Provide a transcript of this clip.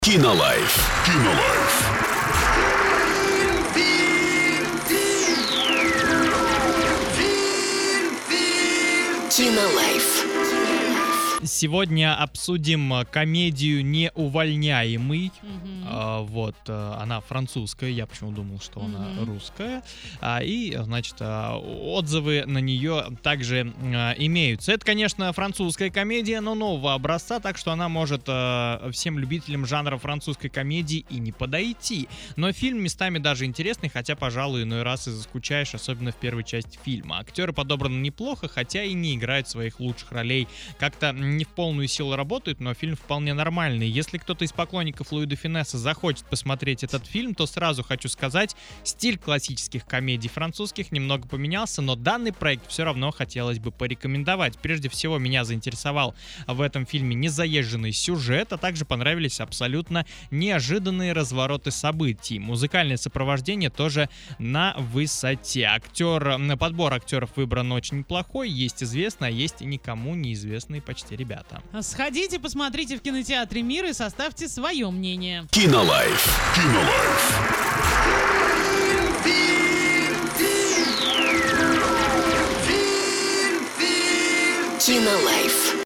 Кинолайф. Кинолайф. Сегодня обсудим комедию «Неувольняемый». Она французская, я почему думал, что она русская. Отзывы на нее также имеются. Это, конечно, французская комедия, но нового образца, так что она может всем любителям жанра французской комедии и не подойти. Но фильм местами даже интересный, хотя, пожалуй, иной раз и заскучаешь, особенно в первой части фильма. Актеры подобраны неплохо, хотя и не играют своих лучших ролей. Как-то не в полную силу работают, но фильм вполне нормальный. Если кто-то из поклонников Луи де Фюнеса захочет посмотреть этот фильм, то сразу хочу сказать, стиль классических комедий французских немного поменялся, но данный проект все равно хотелось бы порекомендовать. Прежде всего, меня заинтересовал в этом фильме незаезженный сюжет, а также понравились абсолютно неожиданные развороты событий. Музыкальное сопровождение тоже на высоте. Подбор актеров выбран очень неплохой, есть известные, а есть и никому неизвестные почти ребята. Сходите, посмотрите в кинотеатре «Мир» и составьте свое мнение. Кинолайф. Кинолайф.